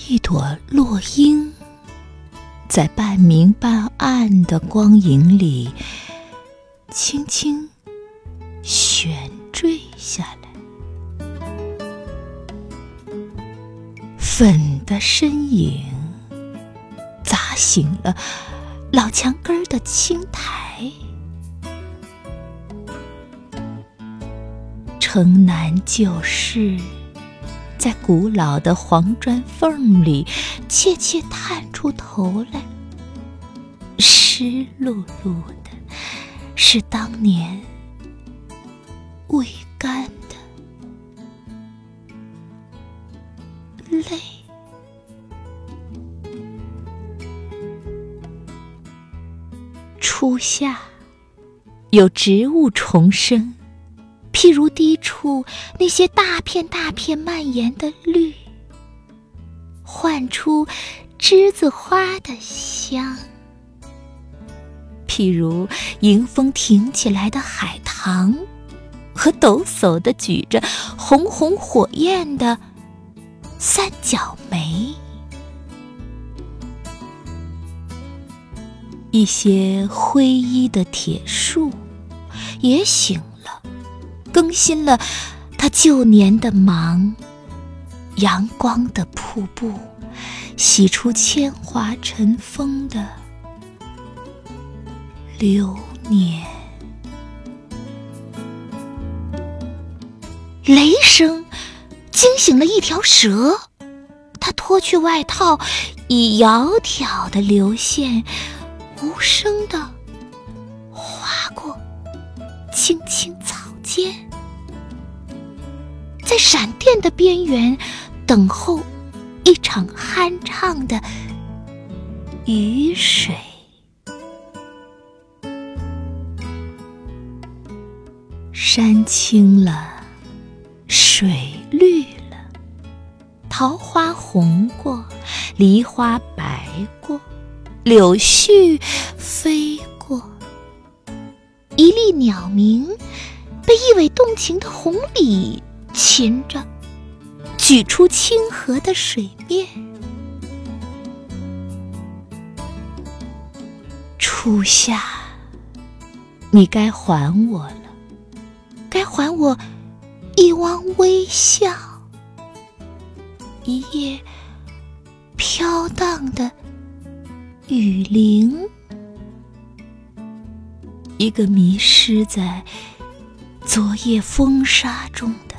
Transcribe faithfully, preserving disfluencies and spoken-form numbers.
一朵落英在半明半暗的光影里轻轻悬坠下来，粉的身影砸醒了老墙根的青苔。城南旧事在古老的黄砖缝里怯怯探出头来，湿漉漉的是当年未干的泪。初夏有植物重生，譬如低处那些大片大片蔓延的绿，唤出栀子花的香；譬如迎风挺起来的海棠，和抖擞地举着红红火焰的三角梅。一些灰衣的铁树也醒了，更新了他旧年的忙。阳光的瀑布洗出铅华尘封的流年。雷声惊醒了一条蛇，它脱去外套，以窈窕的流线无声地划过青青草间，在闪电的边缘等候一场酣畅的雨水。山青了，水绿了，桃花红过，梨花白过，柳絮飞过，一粒鸟鸣被一尾动情的红鲤擒着，举出清河的水面。初夏，你该还我了，该还我一汪微笑，一叶飘荡的雨铃，一个迷失在昨夜风沙中的